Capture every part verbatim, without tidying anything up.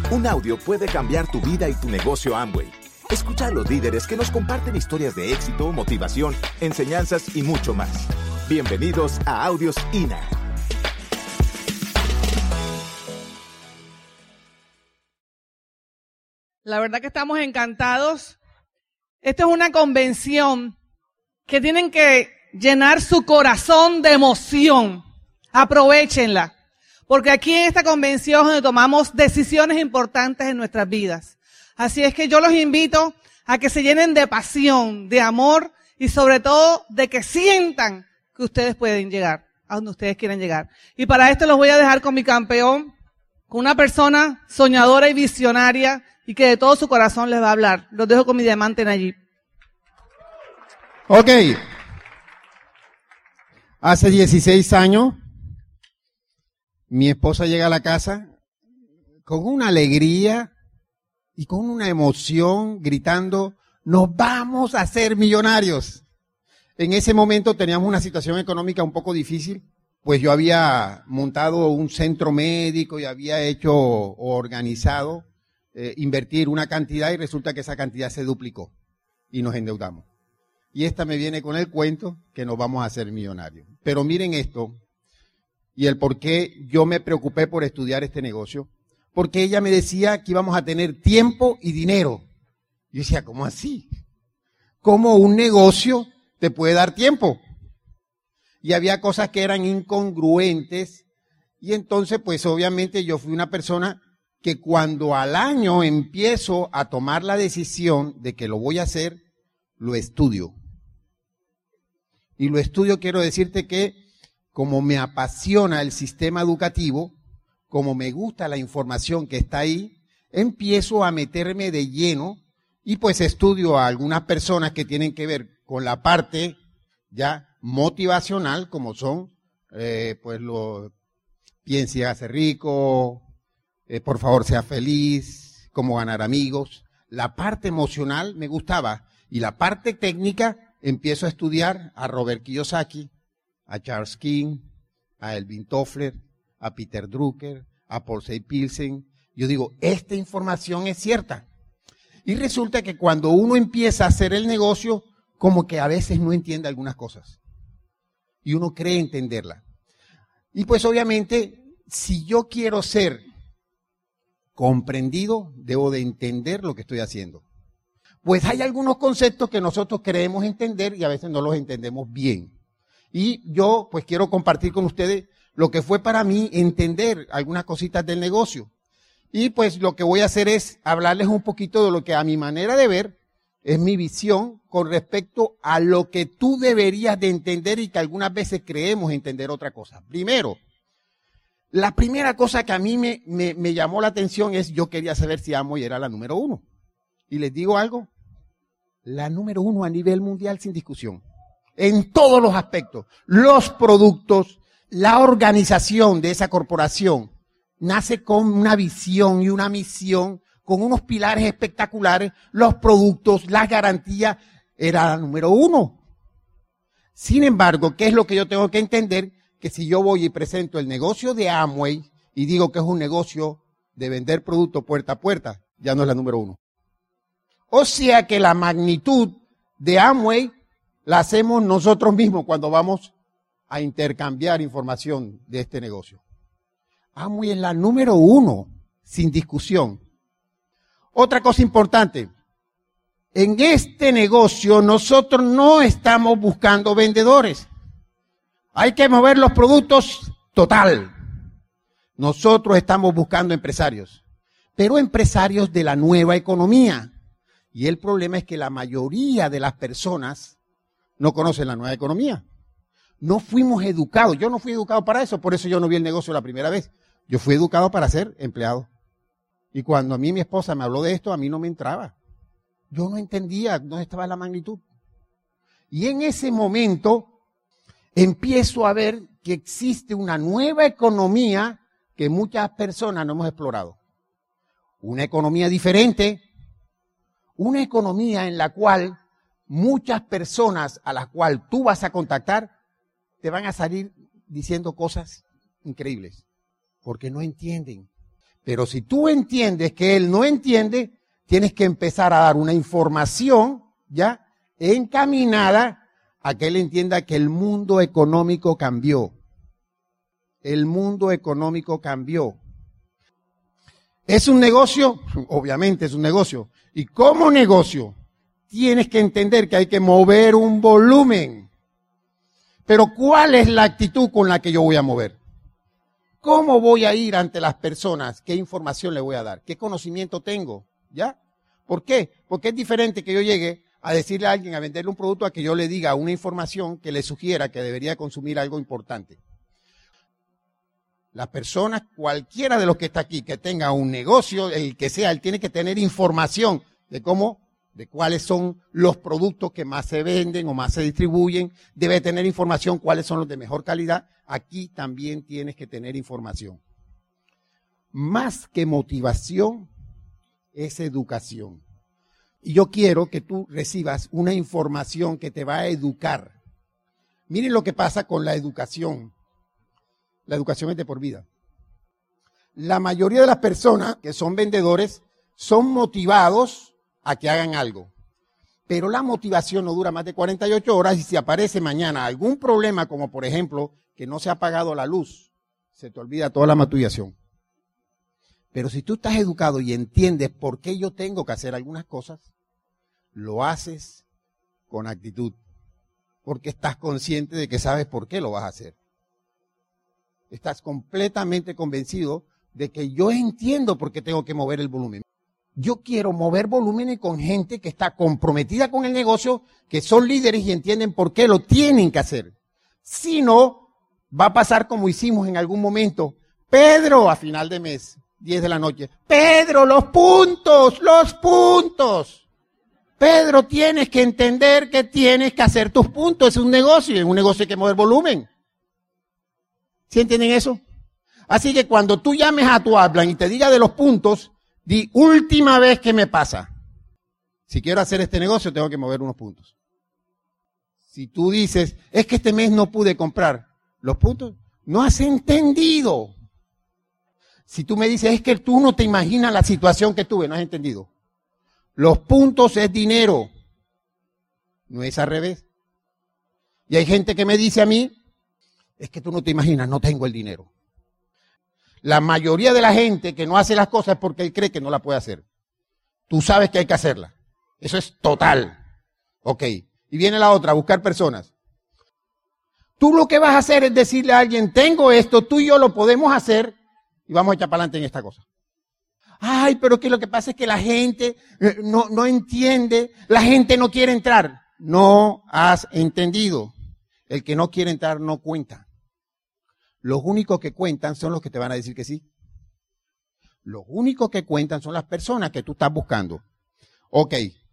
Un audio puede cambiar tu vida y tu negocio Amway. Escucha a los líderes que nos comparten historias de éxito, motivación, enseñanzas y mucho más. Bienvenidos a Audios I N A. La verdad que estamos encantados. Esta es una convención que tienen que llenar su corazón de emoción. Aprovéchenla. Porque aquí en esta convención es donde tomamos decisiones importantes en nuestras vidas. Así es que yo los invito a que se llenen de pasión, de amor y sobre todo de que sientan que ustedes pueden llegar a donde ustedes quieren llegar. Y para esto los voy a dejar con mi campeón, con una persona soñadora y visionaria y que de todo su corazón les va a hablar. Los dejo con mi diamante Nayib. Ok. Hace dieciséis años, mi esposa llega a la casa con una alegría y con una emoción gritando, nos vamos a hacer millonarios. En ese momento teníamos una situación económica un poco difícil, pues yo había montado un centro médico y había hecho o organizado eh, invertir una cantidad y resulta que esa cantidad se duplicó y nos endeudamos. Y esta me viene con el cuento que nos vamos a hacer millonarios. Pero miren esto y el por qué yo me preocupé por estudiar este negocio. Porque ella me decía que íbamos a tener tiempo y dinero. Yo decía, ¿cómo así? ¿Cómo un negocio te puede dar tiempo? Y había cosas que eran incongruentes. Y entonces, pues obviamente yo fui una persona que cuando al año empiezo a tomar la decisión de que lo voy a hacer, lo estudio. Y lo estudio, quiero decirte que como me apasiona el sistema educativo, como me gusta la información que está ahí, empiezo a meterme de lleno y pues estudio a algunas personas que tienen que ver con la parte ya motivacional, como son, eh, pues lo piense y hágase rico, eh, por favor sea feliz, cómo ganar amigos. La parte emocional me gustaba y la parte técnica empiezo a estudiar a Robert Kiyosaki, a Charles King, a Elvin Toffler, a Peter Drucker, a Paul C. Pilsen. Yo digo, esta información es cierta. Y resulta que cuando uno empieza a hacer el negocio, como que a veces no entiende algunas cosas. Y uno cree entenderla. Y pues obviamente, si yo quiero ser comprendido, debo de entender lo que estoy haciendo. Pues hay algunos conceptos que nosotros creemos entender y a veces no los entendemos bien. Y yo pues quiero compartir con ustedes lo que fue para mí entender algunas cositas del negocio. Y pues lo que voy a hacer es hablarles un poquito de lo que a mi manera de ver es mi visión con respecto a lo que tú deberías de entender y que algunas veces creemos entender otra cosa. Primero, la primera cosa que a mí me, me, me llamó la atención es yo quería saber si Amway era la número uno. Y les digo algo, la número uno a nivel mundial sin discusión. En todos los aspectos, los productos, la organización de esa corporación nace con una visión y una misión, con unos pilares espectaculares, los productos, las garantías, era la número uno. Sin embargo, ¿qué es lo que yo tengo que entender? Que si yo voy y presento el negocio de Amway y digo que es un negocio de vender productos puerta a puerta, ya no es la número uno. O sea que la magnitud de Amway la hacemos nosotros mismos cuando vamos a intercambiar información de este negocio. Amway es la número uno, sin discusión. Otra cosa importante, en este negocio nosotros no estamos buscando vendedores. Hay que mover los productos total. Nosotros estamos buscando empresarios, pero empresarios de la nueva economía. Y el problema es que la mayoría de las personas no conocen la nueva economía. No fuimos educados. Yo no fui educado para eso, por eso yo no vi el negocio la primera vez. Yo fui educado para ser empleado. Y cuando a mí mi esposa me habló de esto, a mí no me entraba. Yo no entendía dónde estaba la magnitud. Y en ese momento empiezo a ver que existe una nueva economía que muchas personas no hemos explorado. Una economía diferente, una economía en la cual muchas personas a las cuales tú vas a contactar te van a salir diciendo cosas increíbles, porque no entienden. Pero si tú entiendes que él no entiende, tienes que empezar a dar una información, ¿ya?, encaminada a que él entienda que el mundo económico cambió. El mundo económico cambió. ¿Es un negocio? Obviamente es un negocio. Y como negocio, tienes que entender que hay que mover un volumen. Pero ¿cuál es la actitud con la que yo voy a mover? ¿Cómo voy a ir ante las personas? ¿Qué información le voy a dar? ¿Qué conocimiento tengo? ¿Ya? ¿Por qué? Porque es diferente que yo llegue a decirle a alguien, a venderle un producto, a que yo le diga una información que le sugiera que debería consumir algo importante. Las personas, cualquiera de los que está aquí, que tenga un negocio, el que sea, él tiene que tener información de cómo, de cuáles son los productos que más se venden o más se distribuyen. Debe tener información cuáles son los de mejor calidad. Aquí también tienes que tener información. Más que motivación, es educación. Y yo quiero que tú recibas una información que te va a educar. Miren lo que pasa con la educación. La educación es de por vida. La mayoría de las personas que son vendedores son motivados a que hagan algo. Pero la motivación no dura más de cuarenta y ocho horas y si aparece mañana algún problema, como por ejemplo que no se ha apagado la luz, se te olvida toda la motivación. Pero si tú estás educado y entiendes por qué yo tengo que hacer algunas cosas, lo haces con actitud, porque estás consciente de que sabes por qué lo vas a hacer. Estás completamente convencido de que yo entiendo por qué tengo que mover el volumen. Yo quiero mover volúmenes con gente que está comprometida con el negocio, que son líderes y entienden por qué lo tienen que hacer. Si no, va a pasar como hicimos en algún momento. Pedro, a final de mes, diez de la noche. Pedro, los puntos, los puntos. Pedro, tienes que entender que tienes que hacer tus puntos. Es un negocio, en un negocio hay que mover volumen. ¿Sí entienden eso? Así que cuando tú llames a tu hablan y te diga de los puntos, di última vez que me pasa. Si quiero hacer este negocio, tengo que mover unos puntos. Si tú dices, es que este mes no pude comprar los puntos, no has entendido. Si tú me dices, es que tú no te imaginas la situación que tuve, no has entendido. Los puntos es dinero, no es al revés. Y hay gente que me dice a mí, es que tú no te imaginas, no tengo el dinero. La mayoría de la gente que no hace las cosas es porque él cree que no la puede hacer. Tú sabes que hay que hacerla. Eso es total. Ok. Y viene la otra, buscar personas. Tú lo que vas a hacer es decirle a alguien, tengo esto, tú y yo lo podemos hacer y vamos a echar para adelante en esta cosa. Ay, pero que lo que pasa es que la gente no, no entiende, la gente no quiere entrar. No has entendido. El que no quiere entrar no cuenta. Los únicos que cuentan son los que te van a decir que sí. Los únicos que cuentan son las personas que tú estás buscando. Ok.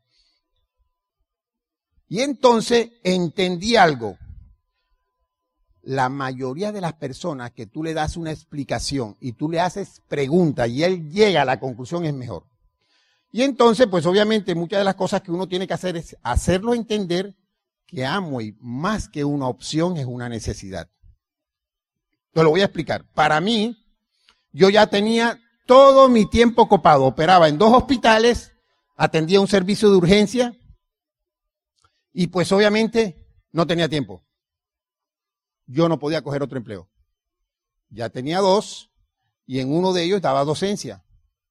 Y entonces entendí algo. La mayoría de las personas que tú le das una explicación y tú le haces preguntas y él llega a la conclusión es mejor. Y entonces, pues obviamente muchas de las cosas que uno tiene que hacer es hacerlo entender que Amway, más que una opción, es una necesidad. Te lo voy a explicar. Para mí, yo ya tenía todo mi tiempo copado. Operaba en dos hospitales, atendía un servicio de urgencia y pues obviamente no tenía tiempo. Yo no podía coger otro empleo. Ya tenía dos y en uno de ellos daba docencia.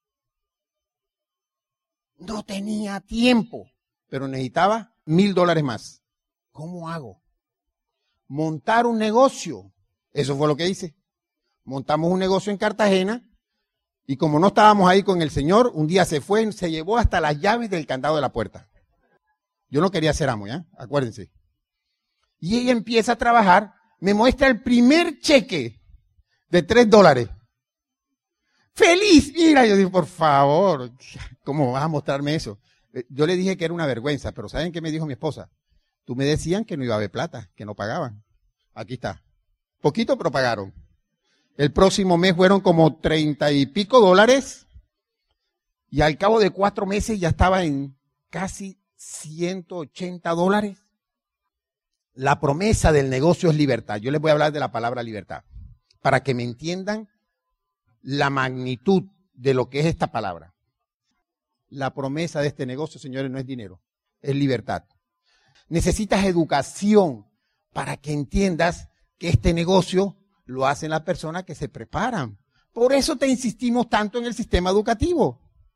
No tenía tiempo, pero necesitaba mil dólares más. ¿Cómo hago? Montar un negocio. Eso fue lo que hice. Montamos un negocio en Cartagena y como no estábamos ahí con el señor, un día se fue, se llevó hasta las llaves del candado de la puerta. Yo no quería ser amo, ¿ya? Acuérdense. Y ella empieza a trabajar, me muestra el primer cheque de tres dólares. ¡Feliz! Mira, yo digo, por favor, ¿cómo vas a mostrarme eso? Yo le dije que era una vergüenza, pero ¿saben qué me dijo mi esposa? Tú me decían que no iba a haber plata, que no pagaban. Aquí está. Poquito, pero pagaron. El próximo mes fueron como treinta y pico dólares. Y al cabo de cuatro meses ya estaba en casi ciento ochenta dólares. La promesa del negocio es libertad. Yo les voy a hablar de la palabra libertad. Para que me entiendan la magnitud de lo que es esta palabra. La promesa de este negocio, señores, no es dinero, es libertad. Necesitas educación para que entiendas que este negocio lo hacen las personas que se preparan. Por eso te insistimos tanto en el sistema educativo.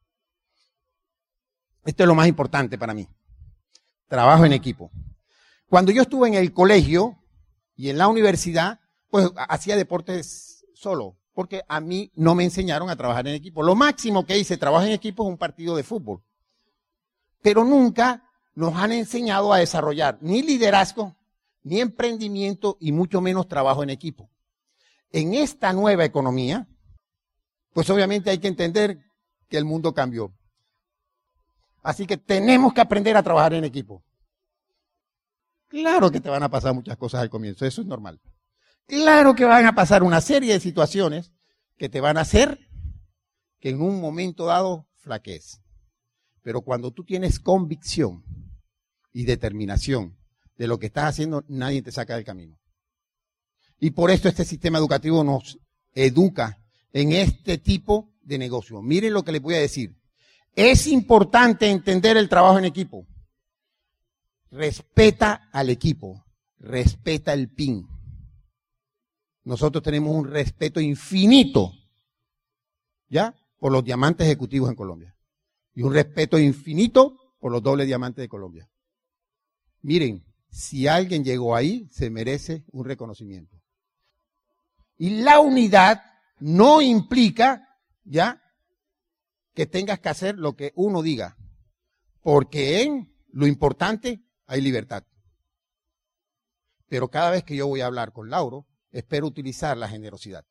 Esto es lo más importante para mí. Trabajo en equipo. Cuando yo estuve en el colegio y en la universidad, pues hacía deportes solo, porque a mí no me enseñaron a trabajar en equipo. Lo máximo que hice, trabajo en equipo, es un partido de fútbol. Pero nunca nos han enseñado a desarrollar ni liderazgo, ni emprendimiento, y mucho menos trabajo en equipo. En esta nueva economía, pues obviamente hay que entender que el mundo cambió. Así que tenemos que aprender a trabajar en equipo. Claro que te van a pasar muchas cosas al comienzo, eso es normal. Claro que van a pasar una serie de situaciones que te van a hacer que en un momento dado flaquees. Pero cuando tú tienes convicción y determinación de lo que estás haciendo, nadie te saca del camino. Y por esto este sistema educativo nos educa en este tipo de negocio. Miren lo que les voy a decir. Es importante entender el trabajo en equipo. Respeta al equipo. Respeta el P I N. Nosotros tenemos un respeto infinito, ¿ya? Por los diamantes ejecutivos en Colombia. Y un respeto infinito por los dobles diamantes de Colombia. Miren, si alguien llegó ahí, se merece un reconocimiento. Y la unidad no implica, ¿ya?, que tengas que hacer lo que uno diga, porque en lo importante hay libertad. Pero cada vez que yo voy a hablar con Lauro, espero utilizar la generosidad.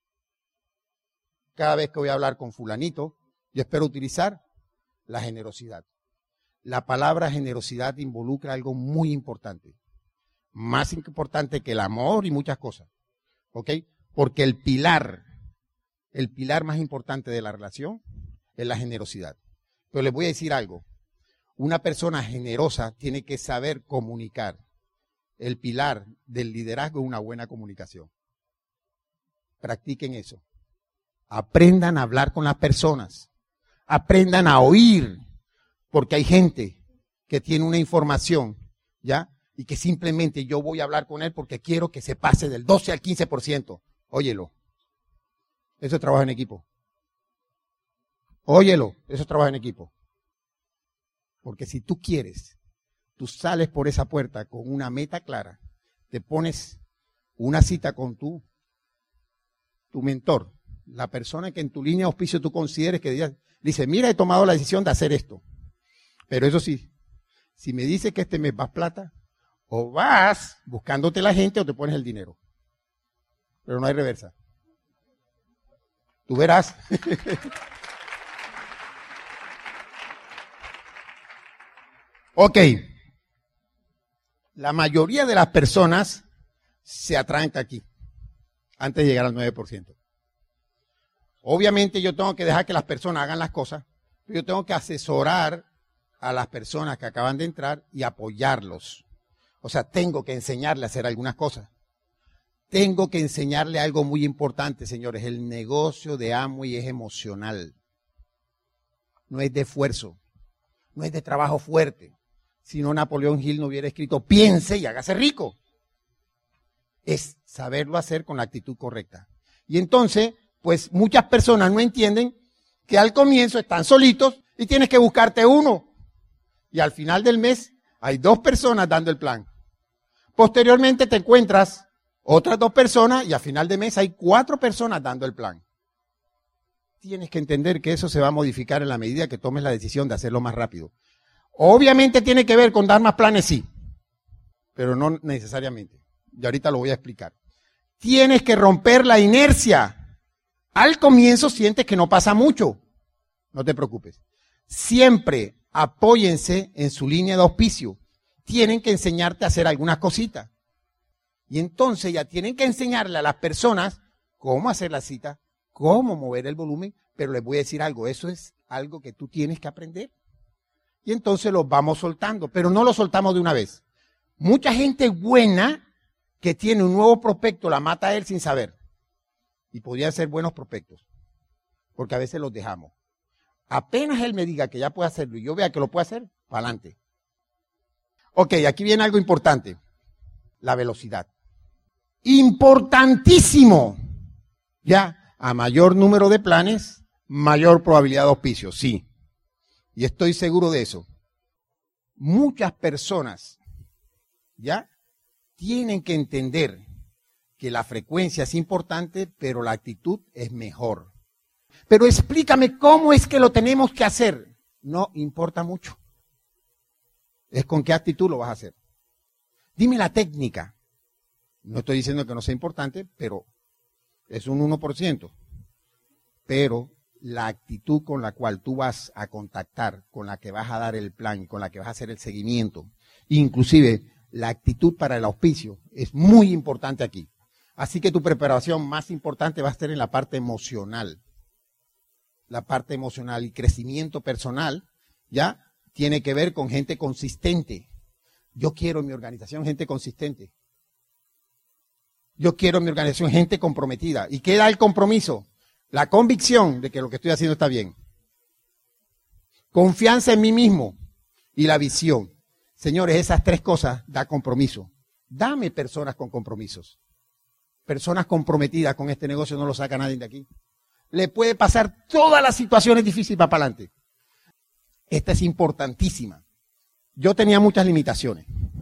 Cada vez que voy a hablar con fulanito, yo espero utilizar la generosidad. La palabra generosidad involucra algo muy importante, más importante que el amor y muchas cosas, ¿ok? Porque el pilar, el pilar más importante de la relación es la generosidad. Pero les voy a decir algo. Una persona generosa tiene que saber comunicar. El pilar del liderazgo es una buena comunicación. Practiquen eso. Aprendan a hablar con las personas. Aprendan a oír. Porque hay gente que tiene una información, ¿ya? Y que simplemente yo voy a hablar con él porque quiero que se pase del doce al quince por ciento. Óyelo. Eso es trabajo en equipo. Óyelo, eso es trabajo en equipo. Porque si tú quieres, tú sales por esa puerta con una meta clara, te pones una cita con tu, tu mentor, la persona que en tu línea de auspicio tú consideres que diga, dice, mira, he tomado la decisión de hacer esto. Pero eso sí, si me dice que este mes vas plata, o vas buscándote la gente o te pones el dinero. Pero no hay reversa. Tú verás. Ok, la mayoría de las personas se atranca aquí, antes de llegar al nueve por ciento. Obviamente yo tengo que dejar que las personas hagan las cosas, pero yo tengo que asesorar a las personas que acaban de entrar y apoyarlos. O sea, tengo que enseñarle a hacer algunas cosas. Tengo que enseñarle algo muy importante, señores. El negocio de Amway es emocional. No es de esfuerzo, no es de trabajo fuerte. Si no, Napoleón Hill no hubiera escrito, piense y hágase rico. Es saberlo hacer con la actitud correcta. Y entonces, pues muchas personas no entienden que al comienzo están solitos y tienes que buscarte uno. Y al final del mes hay dos personas dando el plan. Posteriormente te encuentras otras dos personas y al final de mes hay cuatro personas dando el plan. Tienes que entender que eso se va a modificar en la medida que tomes la decisión de hacerlo más rápido. Obviamente tiene que ver con dar más planes, sí, pero no necesariamente. Y ahorita lo voy a explicar. Tienes que romper la inercia. Al comienzo sientes que no pasa mucho. No te preocupes. Siempre apóyense en su línea de auspicio. Tienen que enseñarte a hacer algunas cositas. Y entonces ya tienen que enseñarle a las personas cómo hacer la cita, cómo mover el volumen, pero les voy a decir algo, eso es algo que tú tienes que aprender. Y entonces los vamos soltando, pero no los soltamos de una vez. Mucha gente buena que tiene un nuevo prospecto la mata a él sin saber. Y podrían ser buenos prospectos. porque a veces los dejamos. Apenas él me diga que ya puede hacerlo y yo vea que lo puede hacer, para adelante. Ok, aquí viene algo importante, la velocidad. Importantísimo. Ya, a mayor número de planes, mayor probabilidad de auspicio, sí. Y estoy seguro de eso. Muchas personas, ya, tienen que entender que la frecuencia es importante, pero la actitud es mejor. Pero explícame cómo es que lo tenemos que hacer. No importa mucho. Es con qué actitud lo vas a hacer. Dime la técnica. No estoy diciendo que no sea importante, pero es un uno por ciento. Pero la actitud con la cual tú vas a contactar, con la que vas a dar el plan, con la que vas a hacer el seguimiento, inclusive la actitud para el auspicio, es muy importante aquí. Así que tu preparación más importante va a estar en la parte emocional. La parte emocional y crecimiento personal, ¿ya? Tiene que ver con gente consistente. Yo quiero en mi organización gente consistente. Yo quiero en mi organización gente comprometida. ¿Y qué da el compromiso? La convicción de que lo que estoy haciendo está bien. Confianza en mí mismo y la visión. Señores, esas tres cosas da compromiso. Dame personas con compromisos. Personas comprometidas con este negocio no lo saca nadie de aquí. Le puede pasar todas las situaciones difíciles para adelante. Esta es importantísima. Yo tenía muchas limitaciones.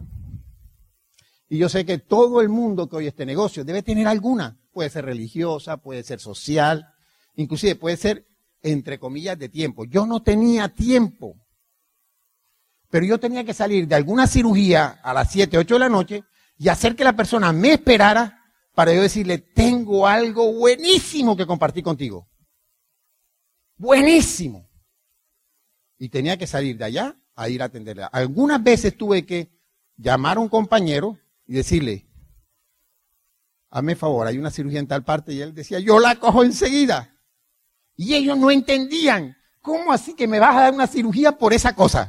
Y yo sé que todo el mundo que oye este negocio debe tener alguna. Puede ser religiosa, puede ser social, inclusive puede ser, entre comillas, de tiempo. Yo no tenía tiempo. Pero yo tenía que salir de alguna cirugía a las siete, ocho de la noche y hacer que la persona me esperara para yo decirle, tengo algo buenísimo que compartir contigo. Buenísimo. Y tenía que salir de allá a ir a atenderla. Algunas veces tuve que llamar a un compañero y decirle, hazme favor, hay una cirugía en tal parte, y él decía, yo la cojo enseguida. Y ellos no entendían, ¿cómo así que me vas a dar una cirugía por esa cosa?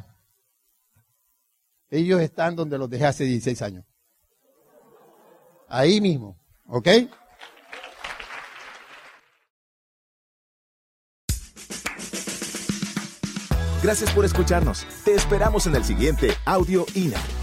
Ellos están donde los dejé hace dieciséis años. Ahí mismo, ¿ok? Gracias por escucharnos. Te esperamos en el siguiente Audio I N A.